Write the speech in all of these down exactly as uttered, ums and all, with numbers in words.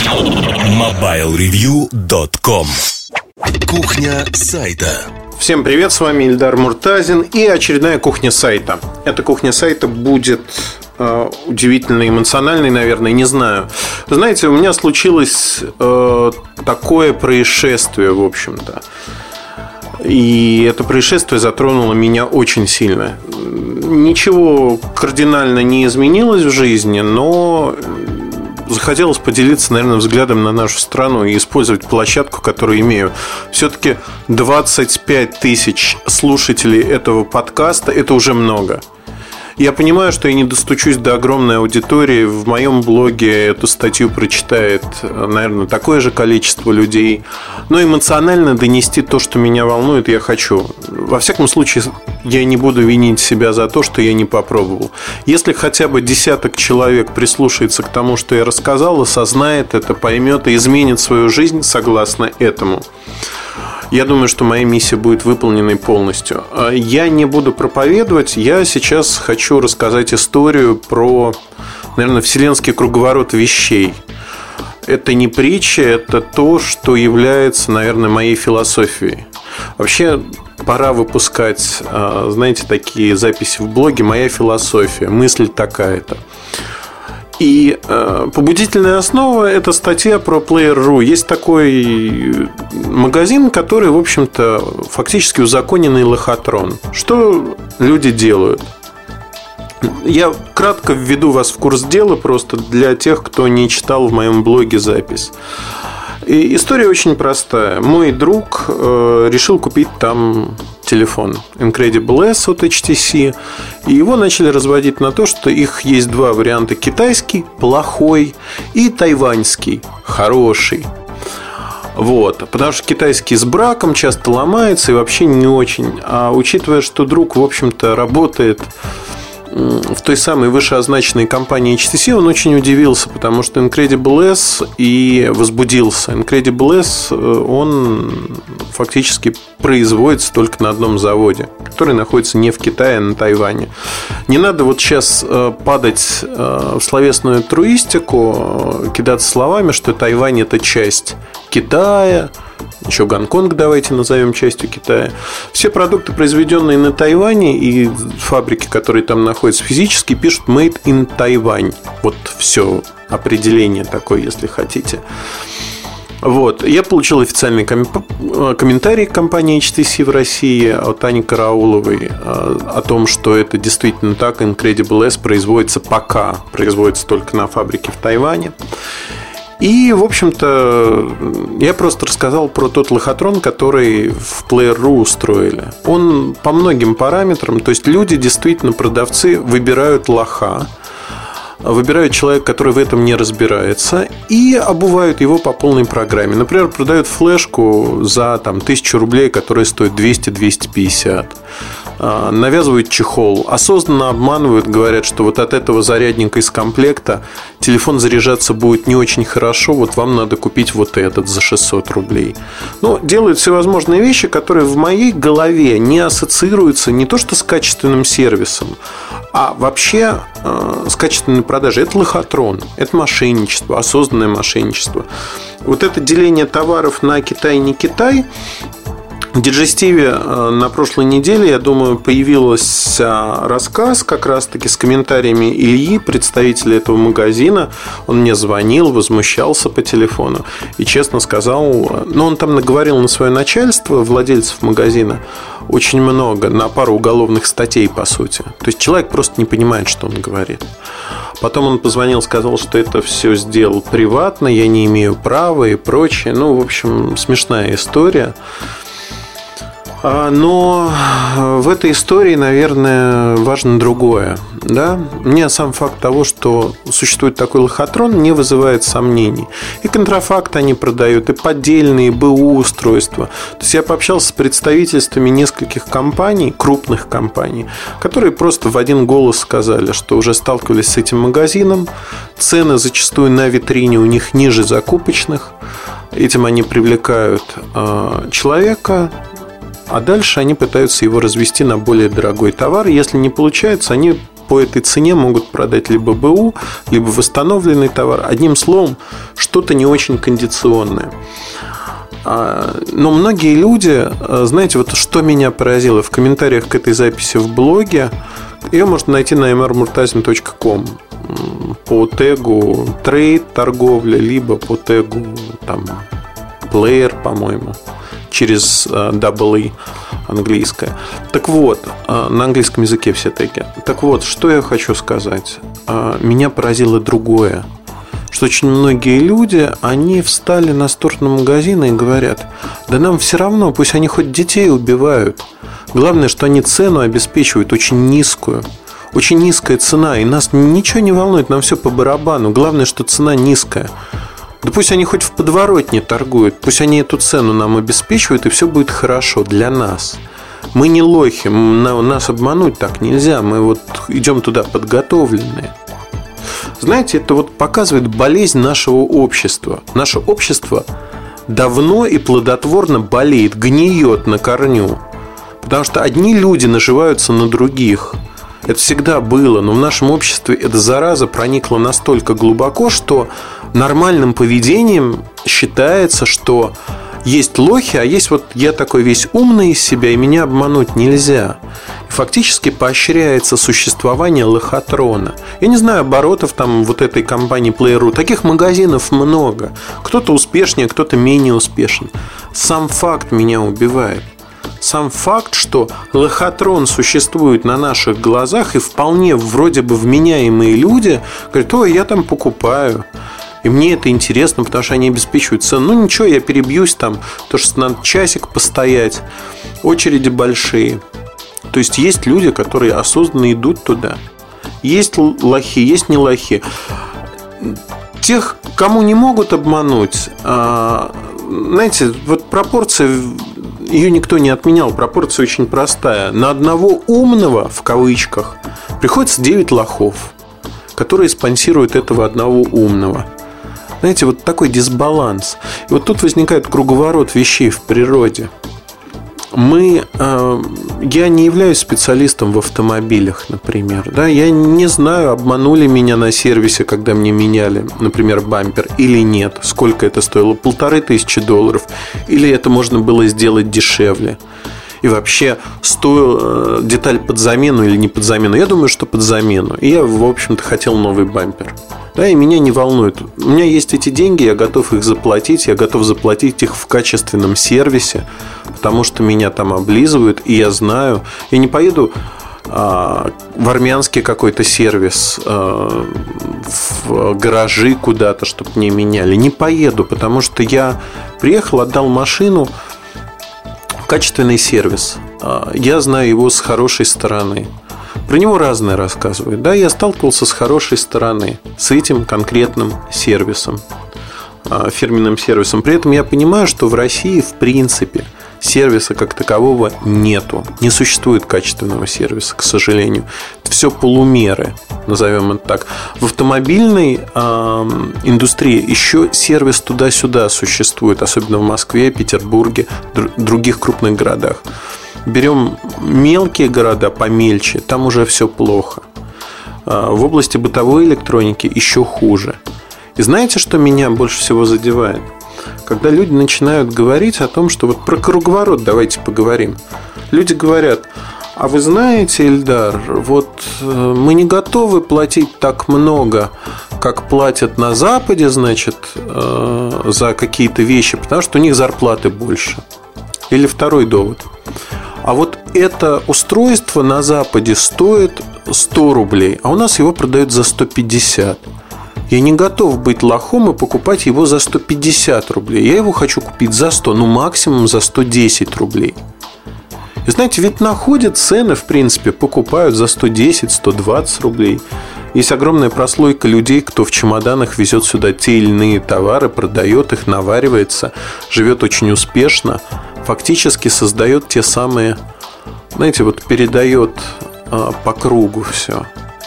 мобайл ревью точка ком. Кухня сайта. Всем привет, с вами Ильдар Муртазин и очередная кухня сайта. Эта кухня сайта будет э, удивительно эмоциональной, наверное, не знаю. Знаете, у меня случилось э, такое происшествие, в общем-то. И это происшествие затронуло меня очень сильно. Ничего кардинально не изменилось в жизни, но захотелось поделиться, наверное, взглядом на нашу страну и использовать площадку, которую имею. Все-таки двадцать пять тысяч слушателей этого подкаста – это уже много. Я понимаю, что я не достучусь до огромной аудитории. В моем блоге эту статью прочитает, наверное, такое же количество людей. Но эмоционально донести то, что меня волнует, я хочу. Во всяком случае, я не буду винить себя за то, что я не попробовал. Если хотя бы десяток человек прислушается к тому, что я рассказал, осознает это, поймет и изменит свою жизнь согласно этому, я думаю, что моя миссия будет выполнена полностью. Я не буду проповедовать. Я сейчас хочу рассказать историю про, наверное, вселенский круговорот вещей. Это не притча, это то, что является, наверное, моей философией. Вообще, пора выпускать, знаете, такие записи в блоге. Моя философия, мысль такая-то. И э, побудительная основа – это статья про плеер точка ру. Есть такой магазин, который, в общем-то, фактически узаконенный лохотрон. Что люди делают? Я кратко введу вас в курс дела, просто для тех, кто не читал в моем блоге запись. И история очень простая. Мой друг э, решил купить там телефон Incredible эс от эйч ти си. И его начали разводить на то, что их есть два варианта: китайский, плохой, и тайваньский, хороший. Вот. Потому что китайский с браком часто ломается и вообще не очень. А учитывая, что друг, в общем-то, работает в той самой вышеозначенной компании эйч ти си, он очень удивился, потому что Incredible эс и возбудился. Incredible эс, он фактически производится только на одном заводе, который находится не в Китае, а на Тайване. Не надо вот сейчас падать в словесную труистику, кидаться словами, что Тайвань – это часть Китая. Еще Гонконг давайте назовем частью Китая. Все продукты, произведенные на Тайване, и фабрики, которые там находятся физически, пишут Made in Taiwan. Вот все определение такое, если хотите. Вот. Я получил официальный ком- комментарий компании эйч ти си в России от Ани Карауловой о том, что это действительно так. Incredible эс производится пока, производится только на фабрике в Тайване. И, в общем-то, я просто рассказал про тот лохотрон, который в плеер точка ру устроили. Он по многим параметрам, то есть люди, действительно, продавцы, выбирают лоха, выбирают человека, который в этом не разбирается, и обувают его по полной программе. Например, продают флешку за там, тысячу рублей, которая стоит двести - двести пятьдесят. Навязывают чехол, осознанно обманывают, говорят, что вот от этого зарядника из комплекта телефон заряжаться будет не очень хорошо, вот вам надо купить вот этот за шестьсот рублей. Но делают всевозможные вещи, которые в моей голове не ассоциируются не то что с качественным сервисом, а вообще э, с качественной продажей. Это лохотрон, это мошенничество, осознанное мошенничество. Вот это деление товаров на Китай и не Китай. В Диджестиве на прошлой неделе, я думаю, появился рассказ как раз-таки с комментариями Ильи, представителя этого магазина. Он мне звонил, возмущался по телефону и честно сказал, ну, он там наговорил на свое начальство, владельцев магазина, очень много, на пару уголовных статей, по сути. То есть человек просто не понимает, что он говорит. Потом он позвонил, сказал, что это все сделал приватно, я не имею права и прочее. Ну, в общем, смешная история. Но в этой истории, наверное, важно другое. Да? Мне сам факт того, что существует такой лохотрон, не вызывает сомнений. И контрафакт они продают, и поддельные БУ устройства. То есть я пообщался с представительствами нескольких компаний, крупных компаний, которые просто в один голос сказали, что уже сталкивались с этим магазином. Цены зачастую на витрине у них ниже закупочных. Этим они привлекают человека, а дальше они пытаются его развести на более дорогой товар. Если не получается, они по этой цене могут продать либо БУ, либо восстановленный товар. Одним словом, что-то не очень кондиционное. Но многие люди, знаете, вот что меня поразило в комментариях к этой записи в блоге, ее можно найти на эм эр муртазин точка ком по тегу трейд, торговля, либо по тегу там плеер, по-моему, через дабл и английское. Так вот, на английском языке все теги. Так вот, что я хочу сказать. Меня поразило другое. Что очень многие люди, они встали на сторону магазина и говорят: да нам все равно, пусть они хоть детей убивают. Главное, что они цену обеспечивают очень низкую. Очень низкая цена, и нас ничего не волнует, нам все по барабану. Главное, что цена низкая. Да пусть они хоть в подворотне торгуют, пусть они эту цену нам обеспечивают, и все будет хорошо для нас. Мы не лохи, нас обмануть так нельзя. Мы вот идем туда подготовленные. Знаете, это вот показывает болезнь нашего общества. Наше общество давно и плодотворно болеет, гниет на корню. Потому что одни люди наживаются на других. Это всегда было, но в нашем обществе эта зараза проникла настолько глубоко, что нормальным поведением считается, что есть лохи, а есть вот я такой весь умный из себя, и меня обмануть нельзя. И фактически поощряется существование лохотрона. Я не знаю оборотов там вот этой компании плеер точка ру. Таких магазинов много. Кто-то успешнее, кто-то менее успешен. Сам факт меня убивает. Сам факт, что лохотрон существует на наших глазах, и вполне вроде бы вменяемые люди говорят: ой, я там покупаю, и мне это интересно, потому что они обеспечивают цену. Ну ничего, я перебьюсь там, то что надо часик постоять, очереди большие. То есть есть люди, которые осознанно идут туда. Есть лохи, есть не лохи. Тех, кому не могут обмануть, знаете, вот пропорция, ее никто не отменял. Пропорция очень простая. На одного умного, в кавычках, приходится девять лохов, которые спонсируют этого одного умного. Знаете, вот такой дисбаланс. И вот тут возникает круговорот вещей в природе. Мы, э, я не являюсь специалистом в автомобилях, например. Да? Я не знаю, обманули меня на сервисе, когда мне меняли, например, бампер, или нет. Сколько это стоило? Полторы тысячи долларов. Или это можно было сделать дешевле. И вообще, стоила деталь под замену или не под замену? Я думаю, что под замену. И я, в общем-то, хотел новый бампер. Да, и меня не волнует. У меня есть эти деньги, я готов их заплатить. Я готов заплатить их в качественном сервисе, потому что меня там облизывают. И я знаю, я не поеду а, в армянский какой-то сервис, а, в гаражи куда-то, чтобы мне меняли. Не поеду, потому что я приехал, отдал машину. Качественный сервис. Я знаю его с хорошей стороны. Про него разное рассказывают. Да, я сталкивался с хорошей стороны, с этим конкретным сервисом, фирменным сервисом. При этом я понимаю, что в России в принципе сервиса как такового нету. Не существует качественного сервиса, к сожалению. Это все полумеры, назовем это так. В автомобильной э, индустрии еще сервис туда-сюда существует, особенно в Москве, Петербурге, др- других крупных городах. Берем мелкие города, помельче, там уже все плохо. э, В области бытовой электроники еще хуже. И знаете, что меня больше всего задевает? Когда люди начинают говорить о том, что вот про круговорот давайте поговорим. Люди говорят: а вы знаете, Ильдар, вот мы не готовы платить так много, как платят на Западе, значит, за какие-то вещи, потому что у них зарплаты больше. Или второй довод: а вот это устройство на Западе стоит сто рублей, а у нас его продают за сто пятьдесят. Я не готов быть лохом и покупать его за сто пятьдесят рублей. Я его хочу купить за сто, ну максимум за сто десять рублей. И знаете, ведь находят цены, в принципе, покупают за сто десять - сто двадцать рублей. Есть огромная прослойка людей, кто в чемоданах везет сюда те или иные товары, продает их, наваривается, живет очень успешно, фактически создает те самые, знаете, вот передает а, по кругу все.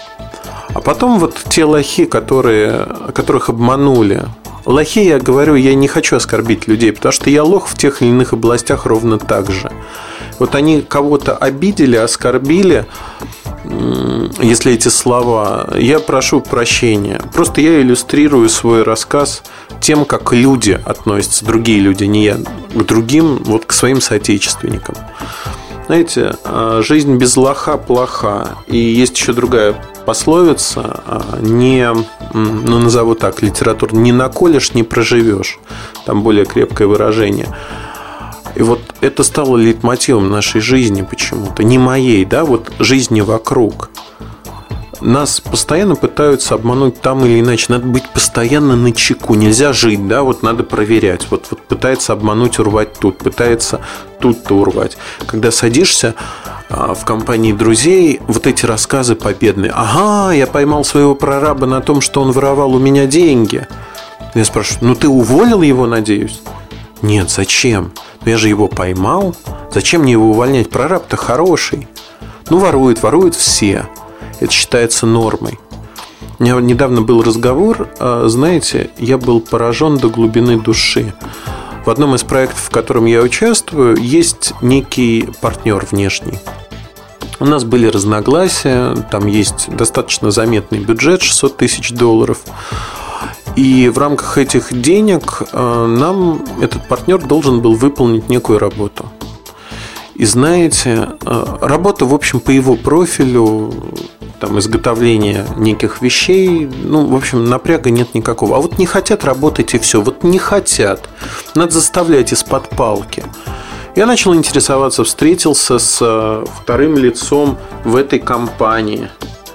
А потом вот те лохи, которые, которых обманули. Лохи, я говорю, я не хочу оскорбить людей, потому что я лох в тех или иных областях ровно так же. Вот они кого-то обидели, оскорбили, если эти слова, я прошу прощения. Просто я иллюстрирую свой рассказ тем, как люди относятся, другие люди, не я, к другим, вот к своим соотечественникам. Знаете, жизнь без лоха плоха. И есть еще другая пословица, не, ну, назову так, литературно: не наколешь, не проживешь. Там более крепкое выражение. И вот это стало лейтмотивом нашей жизни почему-то. Не моей, да, вот жизни вокруг. Нас постоянно пытаются обмануть там или иначе. Надо быть постоянно начеку. Нельзя жить, да, вот надо проверять. Вот, вот пытается обмануть, урвать тут, пытается тут-то урвать. Когда садишься в компании друзей, вот эти рассказы победные. Ага, я поймал своего прораба на том, что он воровал у меня деньги. Я спрашиваю: ну ты уволил его, надеюсь? Нет, зачем? Ну я же его поймал. Зачем мне его увольнять? Прораб-то хороший. Ну воруют, воруют все. Это считается нормой. У меня недавно был разговор. Знаете, я был поражен до глубины души. В одном из проектов, в котором я участвую, есть некий партнер внешний. У нас были разногласия. Там есть достаточно заметный бюджет, шестьсот тысяч долларов. И в рамках этих денег нам этот партнер должен был выполнить некую работу. И знаете, работа, в общем, по его профилю, там, изготовление неких вещей, ну, в общем, напряга нет никакого. А вот не хотят работать, и все. Вот не хотят. Надо заставлять из-под палки. Я начал интересоваться, встретился с вторым лицом в этой компании.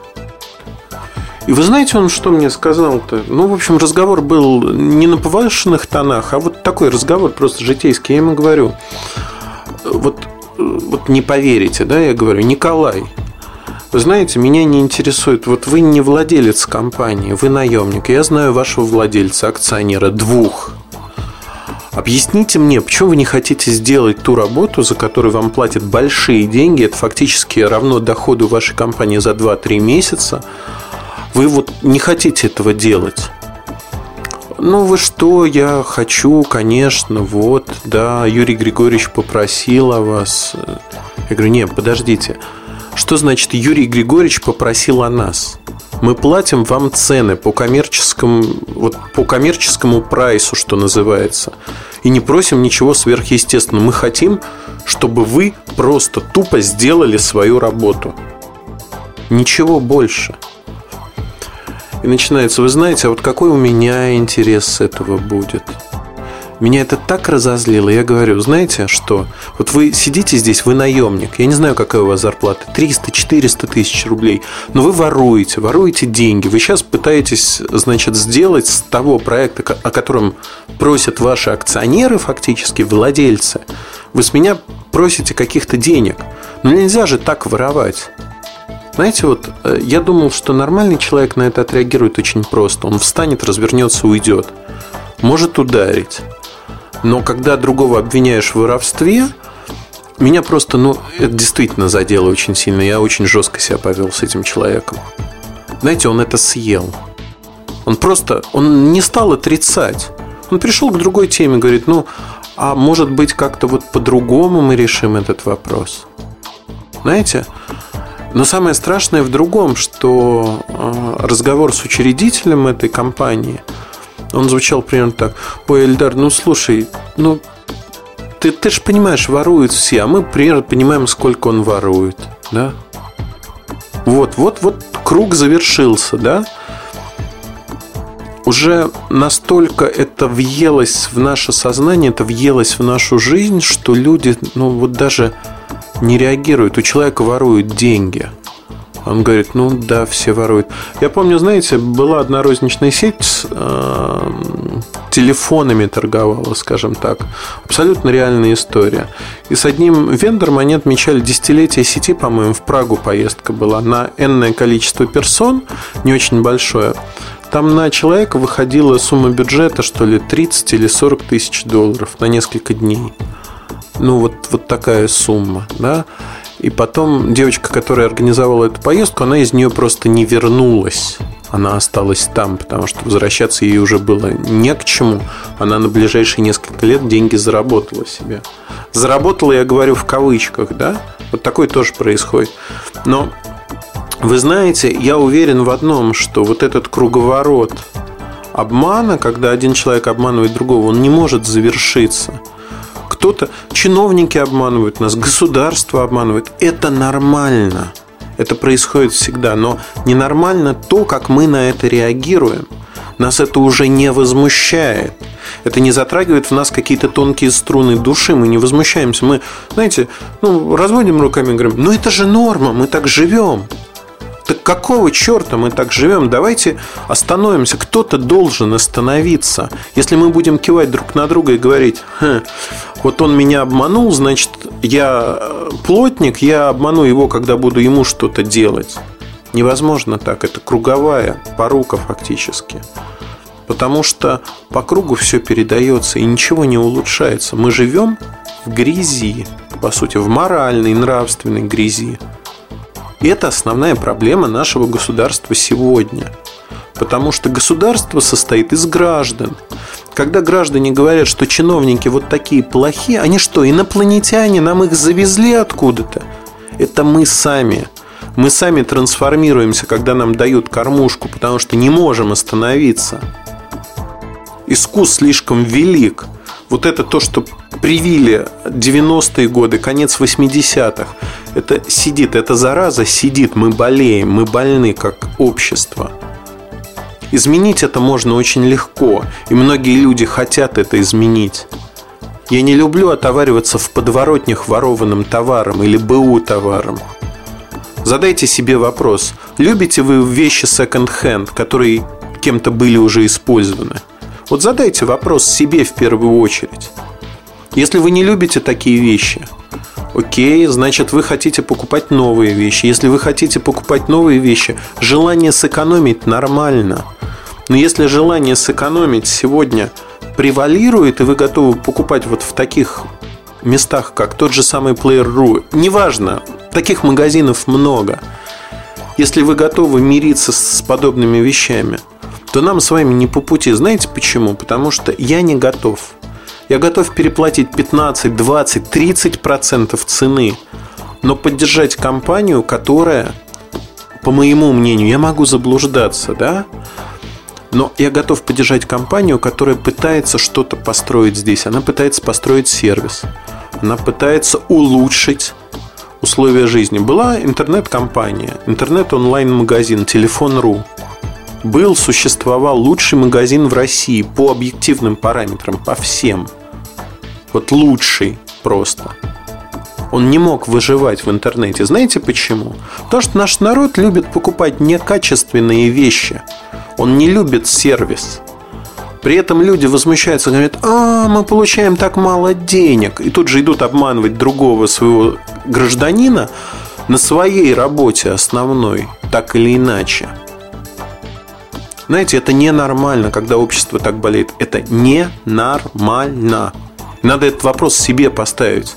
И вы знаете, он что мне сказал-то? Ну, в общем, разговор был не на повышенных тонах, а вот такой разговор просто житейский. Я ему говорю: вот, вот не поверите, да, я говорю: Николай, вы знаете, меня не интересует. Вот вы не владелец компании, вы наемник. Я знаю вашего владельца, акционера, двух. Объясните мне, почему вы не хотите сделать ту работу, за которую вам платят большие деньги? Это фактически равно доходу вашей компании за два-три месяца. Вы вот не хотите этого делать. Ну вы что, я хочу, конечно, вот, да, Юрий Григорьевич попросил о вас. Я говорю: нет, подождите. Что значит Юрий Григорьевич попросил о нас? Мы платим вам цены по коммерческому, вот, по коммерческому прайсу, что называется. И не просим ничего сверхъестественного. Мы хотим, чтобы вы просто тупо сделали свою работу. Ничего больше. И начинается: вы знаете, а вот какой у меня интерес с этого будет? Меня это так разозлило. Я говорю: знаете что? Вот вы сидите здесь, вы наемник. Я не знаю, какая у вас зарплата. триста-четыреста тысяч рублей. Но вы воруете, воруете деньги. Вы сейчас пытаетесь, значит, сделать с того проекта, о котором просят ваши акционеры, фактически владельцы. Вы с меня просите каких-то денег. Но нельзя же так воровать. Знаете, вот я думал, что нормальный человек на это отреагирует очень просто. Он встанет, развернется, уйдет. Может ударить. Но когда другого обвиняешь в воровстве, меня просто, ну, это действительно задело очень сильно. Я очень жестко себя повел с этим человеком. Знаете, он это съел. Он просто, он не стал отрицать. Он пришел к другой теме, говорит: ну, а может быть, как-то вот по-другому мы решим этот вопрос. Знаете? Но самое страшное в другом, что разговор с учредителем этой компании, он звучал примерно так: ой, Эльдар, ну слушай, ну ты, ты же понимаешь, воруют все, а мы примерно понимаем, сколько он ворует, да? Вот, вот, вот круг завершился, да? Уже настолько это въелось в наше сознание, это въелось в нашу жизнь, что люди, ну вот даже не реагируют. У человека воруют деньги. Он говорит: ну да, все воруют. Я помню, знаете, была одна розничная сеть с э, телефонами торговала, скажем так. Абсолютно реальная история. И с одним вендором они отмечали десятилетие сети, по-моему, в Прагу поездка была на энное количество персон, не очень большое. Там на человека выходила сумма бюджета, что ли, тридцать или сорок тысяч долларов на несколько дней. Ну, вот, вот такая сумма, да. И потом девочка, которая организовала эту поездку, она из нее просто не вернулась. Она осталась там, потому что возвращаться ей уже было не к чему. Она на ближайшие несколько лет деньги заработала себе. Заработала, я говорю, в кавычках, да. Вот такое тоже происходит. Но Вы знаете, я уверен в одном, что вот этот круговорот обмана, когда один человек обманывает другого, он не может завершиться. Кто-то, чиновники обманывают нас, государство обманывает. Это нормально. Это происходит всегда. Но ненормально то, как мы на это реагируем. Нас это уже не возмущает. Это не затрагивает в нас какие-то тонкие струны души. Мы не возмущаемся. Мы, знаете, ну, разводим руками и говорим: ну это же норма, мы так живем. Так какого черта мы так живем? Давайте остановимся. Кто-то должен остановиться. Если мы будем кивать друг на друга и говорить: хм, вот он меня обманул, значит, я плотник, я обману его, когда буду ему что-то делать. Невозможно так. Это круговая порука фактически. Потому что по кругу все передается и ничего не улучшается. Мы живем в грязи. По сути, в моральной, нравственной грязи. И это основная проблема нашего государства сегодня. Потому что государство состоит из граждан. Когда граждане говорят, что чиновники вот такие плохие, они что, инопланетяне, нам их завезли откуда-то? Это мы сами. Мы сами трансформируемся, когда нам дают кормушку, потому что не можем остановиться. Искус слишком велик. Вот это то, что привили девяностые годы, конец восьмидесятых. Это сидит, эта зараза сидит. Мы болеем, мы больны как общество. Изменить это можно очень легко. И многие люди хотят это изменить. Я не люблю отовариваться в подворотнях ворованным товаром или БУ товаром. Задайте себе вопрос: любите вы вещи секонд-хенд, которые кем-то были уже использованы? Вот задайте вопрос себе в первую очередь. Если вы не любите такие вещи, окей, значит, вы хотите покупать новые вещи. Если вы хотите покупать новые вещи, желание сэкономить нормально. Но если желание сэкономить сегодня превалирует, и вы готовы покупать вот в таких местах, как тот же самый плеер точка ру, неважно, таких магазинов много. Если вы готовы мириться с подобными вещами, то нам с вами не по пути. Знаете почему? Потому что я не готов. Я готов переплатить пятнадцать, двадцать, тридцать процентов цены, но поддержать компанию, которая, по моему мнению, я могу заблуждаться, да? Но я готов поддержать компанию, которая пытается что-то построить здесь. Она пытается построить сервис. Она пытается улучшить условия жизни. Была интернет-компания, интернет-онлайн-магазин телефон точка ру. Был, существовал лучший магазин в России по объективным параметрам, по всем. Вот лучший просто. Он не мог выживать в интернете. Знаете почему? Потому что наш народ любит покупать некачественные вещи. Он не любит сервис. При этом люди возмущаются, говорят: а, мы получаем так мало денег. И тут же идут обманывать другого своего гражданина на своей работе основной, так или иначе. Знаете, это ненормально, когда общество так болеет. Это ненормально. Надо этот вопрос себе поставить.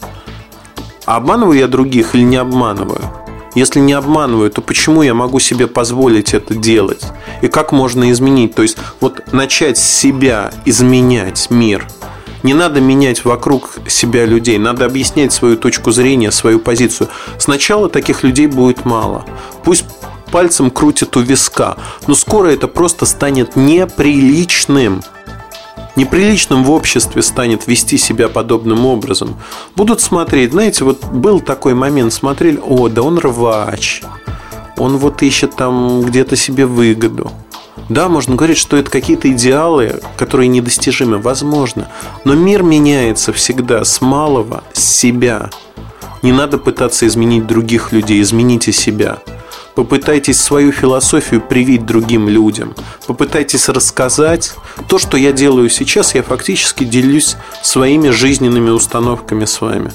А обманываю я других или не обманываю? Если не обманываю, то почему я могу себе позволить это делать? И как можно изменить? То есть, вот начать с себя изменять мир. Не надо менять вокруг себя людей. Надо объяснять свою точку зрения, свою позицию. Сначала таких людей будет мало. Пусть пальцем крутит у виска, но скоро это просто станет неприличным. Неприличным в обществе станет вести себя подобным образом. Будут смотреть, знаете, вот был такой момент, смотрели: о, да он рвач, он вот ищет там где-то себе выгоду. Да, можно говорить, что это какие-то идеалы, которые недостижимы, возможно. Но мир меняется всегда с малого, с себя. Не надо пытаться изменить других людей, измените себя. Попытайтесь свою философию привить другим людям. Попытайтесь рассказать. То, что я делаю сейчас, я фактически делюсь своими жизненными установками с вами.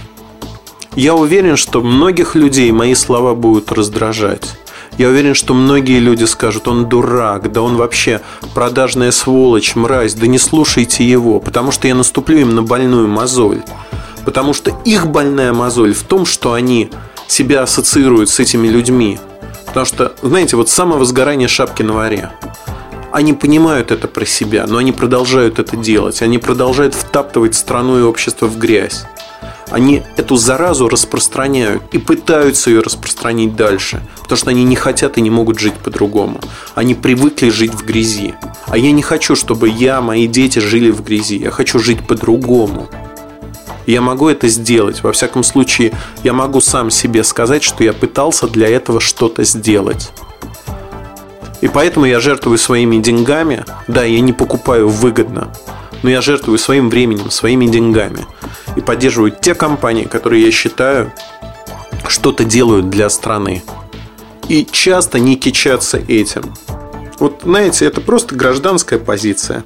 Я уверен, что многих людей мои слова будут раздражать. Я уверен, что многие люди скажут: он дурак, да он вообще продажная сволочь, мразь, да не слушайте его. Потому что я наступлю им на больную мозоль. Потому что их больная мозоль в том, что они себя ассоциируют с этими людьми. Потому что, знаете, вот самовозгорание шапки на варе. Они понимают это про себя, но они продолжают это делать. Они продолжают втаптывать страну и общество в грязь. Они эту заразу распространяют и пытаются ее распространить дальше, потому что они не хотят и не могут жить по-другому. Они привыкли жить в грязи. А я не хочу, чтобы я, мои дети жили в грязи. Я хочу жить по-другому. Я могу это сделать. Во всяком случае, я могу сам себе сказать, что я пытался для этого что-то сделать. И поэтому я жертвую своими деньгами. Да, я не покупаю выгодно, но я жертвую своим временем, своими деньгами. И поддерживаю те компании, которые я считаю что-то делают для страны. И часто не кичатся этим. Вот, знаете, это просто гражданская позиция.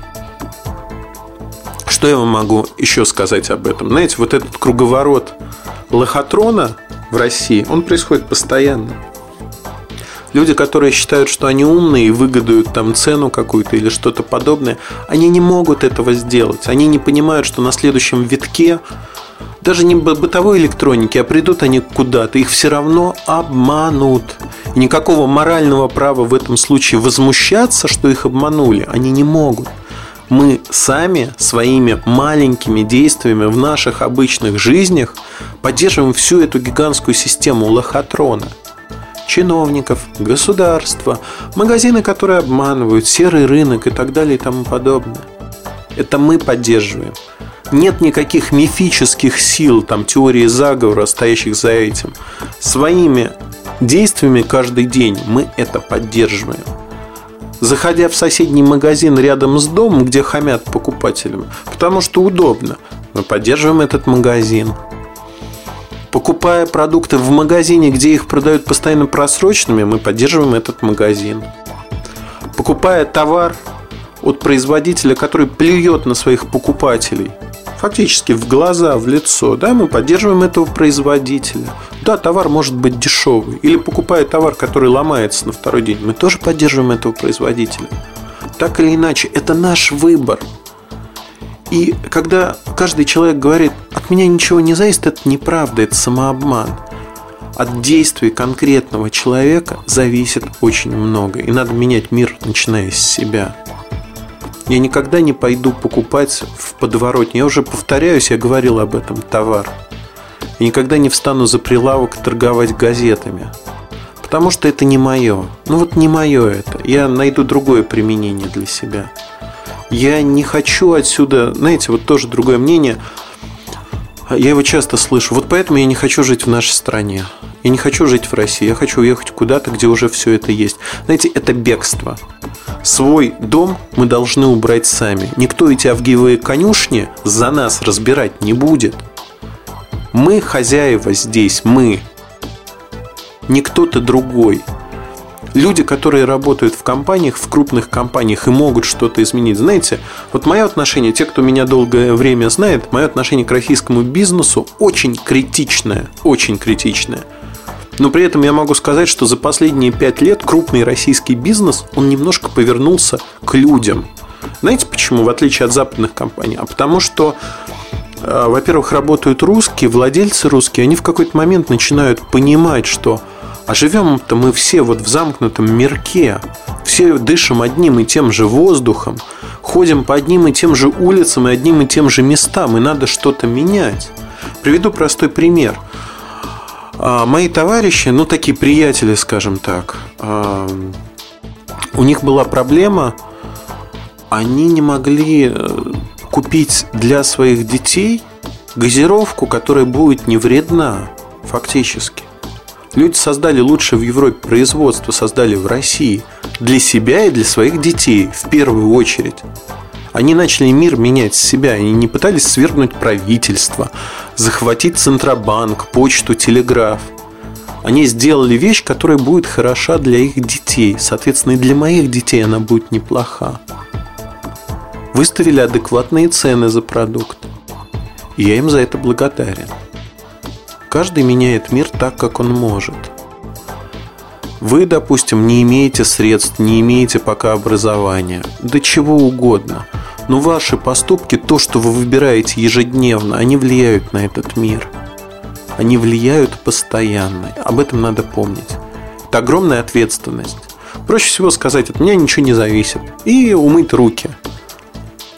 Что я вам могу еще сказать об этом? Знаете, вот этот круговорот лохотрона в России, он происходит постоянно. Люди, которые считают, что они умные и выгодуют там цену какую-то или что-то подобное, они не могут этого сделать. Они не понимают, что на следующем витке, даже не бытовой электроники, а придут они куда-то, их все равно обманут. И никакого морального права в этом случае возмущаться, что их обманули, они не могут. Мы сами своими маленькими действиями в наших обычных жизнях поддерживаем всю эту гигантскую систему лохотрона. Чиновников, государства, магазины, которые обманывают, серый рынок и так далее и тому подобное. Это мы поддерживаем. Нет никаких мифических сил, там, теории заговора, стоящих за этим. Своими действиями каждый день мы это поддерживаем. Заходя в соседний магазин рядом с домом, где хамят покупателям, потому что удобно, мы поддерживаем этот магазин. Покупая продукты в магазине, где их продают постоянно просроченными, мы поддерживаем этот магазин. Покупая товар от производителя, который плюет на своих покупателей, фактически в глаза, в лицо, да, мы поддерживаем этого производителя. Да, товар может быть дешевый. Или покупая товар, который ломается на второй день, мы тоже поддерживаем этого производителя. Так или иначе, это наш выбор. И когда каждый человек говорит: от меня ничего не зависит, это неправда, это самообман. От действий конкретного человека зависит очень много. И надо менять мир, начиная с себя. Я никогда не пойду покупать в подворотне. Я уже повторяюсь, я говорил об этом, товар. Я никогда не встану за прилавок торговать газетами. Потому что это не мое. Ну вот не мое это. Я найду другое применение для себя. Я не хочу отсюда, знаете, вот тоже другое мнение. Я его часто слышу. Вот поэтому я не хочу жить в нашей стране. Я не хочу жить в России. Я хочу уехать куда-то, где уже все это есть. Знаете, это бегство. Свой дом мы должны убрать сами. Никто эти авгиевые конюшни за нас разбирать не будет. Мы хозяева здесь, мы. Не кто-то другой. Люди, которые работают в компаниях, в крупных компаниях и могут что-то изменить. Знаете, вот мое отношение, те, кто меня долгое время знает, мое отношение к российскому бизнесу очень критичное. Очень критичное. Но при этом я могу сказать, что за последние пять лет крупный российский бизнес, он немножко повернулся к людям. Знаете почему, в отличие от западных компаний? А потому что, во-первых, работают русские, владельцы русские, они в какой-то момент начинают понимать, что а живем-то мы все вот в замкнутом мирке. Все дышим одним и тем же воздухом. Ходим по одним и тем же улицам и одним и тем же местам. И надо что-то менять. Приведу простой пример. Мои товарищи, ну такие приятели, скажем так, у них была проблема. Они не могли купить для своих детей газировку, которая будет не вредна фактически. Люди создали лучшее в Европе производство, создали в России для себя и для своих детей в первую очередь. Они начали мир менять с себя. Они не пытались свергнуть правительство, захватить Центробанк, почту, телеграф. Они сделали вещь, которая будет хороша для их детей. Соответственно, и для моих детей она будет неплоха. Выставили адекватные цены за продукт. И я им за это благодарен. Каждый меняет мир так, как он может. Вы, допустим, не имеете средств, не имеете пока образования, да чего угодно. Но ваши поступки, то, что вы выбираете ежедневно, они влияют на этот мир. Они влияют постоянно. Об этом надо помнить. Это огромная ответственность. Проще всего сказать: от меня ничего не зависит. И умыть руки.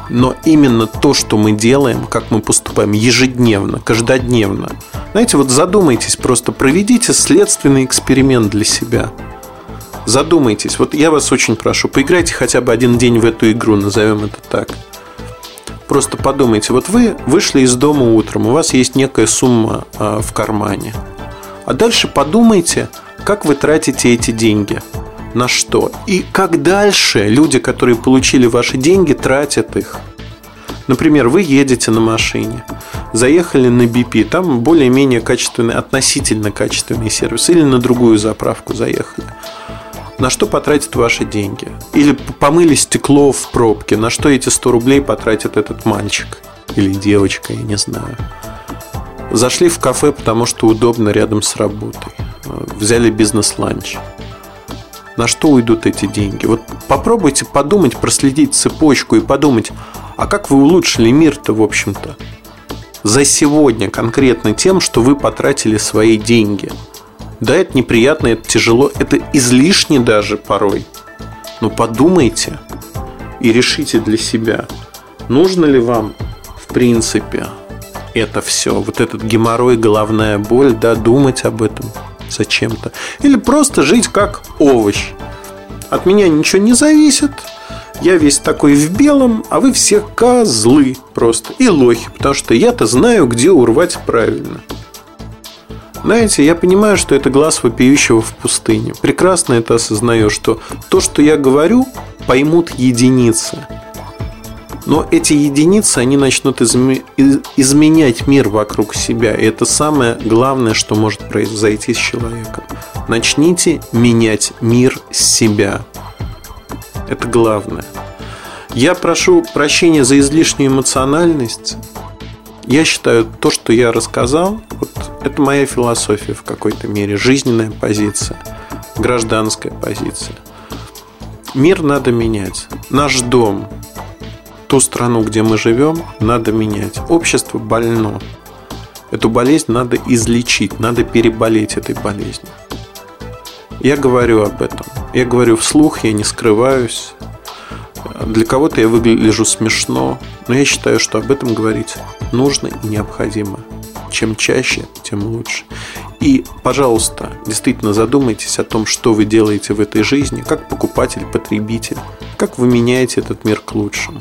Но именно то, что мы делаем, как мы поступаем ежедневно, каждодневно. Знаете, вот задумайтесь, просто проведите следственный эксперимент для себя. Задумайтесь. Вот я вас очень прошу, поиграйте хотя бы один день в эту игру, назовем это так. Просто подумайте, вот вы вышли из дома утром, у вас есть некая сумма э, в кармане. А дальше подумайте, как вы тратите эти деньги, на что. И как дальше люди, которые получили ваши деньги, тратят их. Например, вы едете на машине, заехали на би пи, там более-менее качественный, относительно качественный сервис, или на другую заправку заехали. На что потратят ваши деньги? Или помыли стекло в пробке, на что эти сто рублей потратит этот мальчик или девочка, я не знаю. Зашли в кафе, потому что удобно рядом с работой. Взяли бизнес-ланч. На что уйдут эти деньги? Вот попробуйте подумать, проследить цепочку и подумать, а как вы улучшили мир-то, в общем-то, за сегодня конкретно тем, что вы потратили свои деньги. Да, это неприятно, это тяжело, это излишне даже порой. Но подумайте и решите для себя, нужно ли вам, в принципе, это все, вот этот геморрой, головная боль, да, думать об этом зачем-то. Или просто жить как овощ. От меня ничего не зависит. Я весь такой в белом, а вы все козлы просто. И лохи, потому что я-то знаю, где урвать правильно. Знаете, я понимаю, что это глаз вопиющего в пустыне. Прекрасно это осознаю, что то, что я говорю, поймут единицы. Но эти единицы, они начнут изме- изменять мир вокруг себя. И это самое главное, что может произойти с человеком. Начните менять мир с себя. Это главное. Я прошу прощения за излишнюю эмоциональность. Я считаю, то, что я рассказал, вот, это моя философия в какой-то мере, жизненная позиция, гражданская позиция. Мир надо менять. Наш дом, ту страну, где мы живем, надо менять. Общество больно. Эту болезнь надо излечить, надо переболеть этой болезнью. Я говорю об этом. Я говорю вслух, я не скрываюсь. Для кого-то я выгляжу смешно, но я считаю, что об этом говорить нужно и необходимо. Чем чаще, тем лучше. И, пожалуйста, действительно задумайтесь о том, что вы делаете в этой жизни, как покупатель, потребитель, как вы меняете этот мир к лучшему.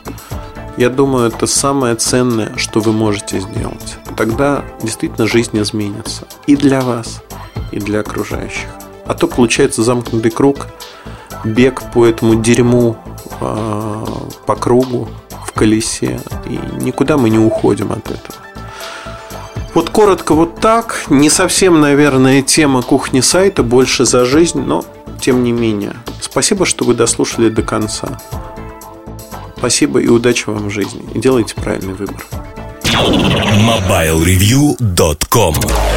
Я думаю, это самое ценное, что вы можете сделать. Тогда действительно жизнь изменится и для вас, и для окружающих. А то получается замкнутый круг, бег по этому дерьму э, по кругу в колесе, и никуда мы не уходим от этого. Вот коротко вот так. Не совсем, наверное, тема кухни сайта, больше за жизнь, но тем не менее. Спасибо, что вы дослушали до конца. Спасибо и удачи вам в жизни. И делайте правильный выбор. мобайл ревью точка ком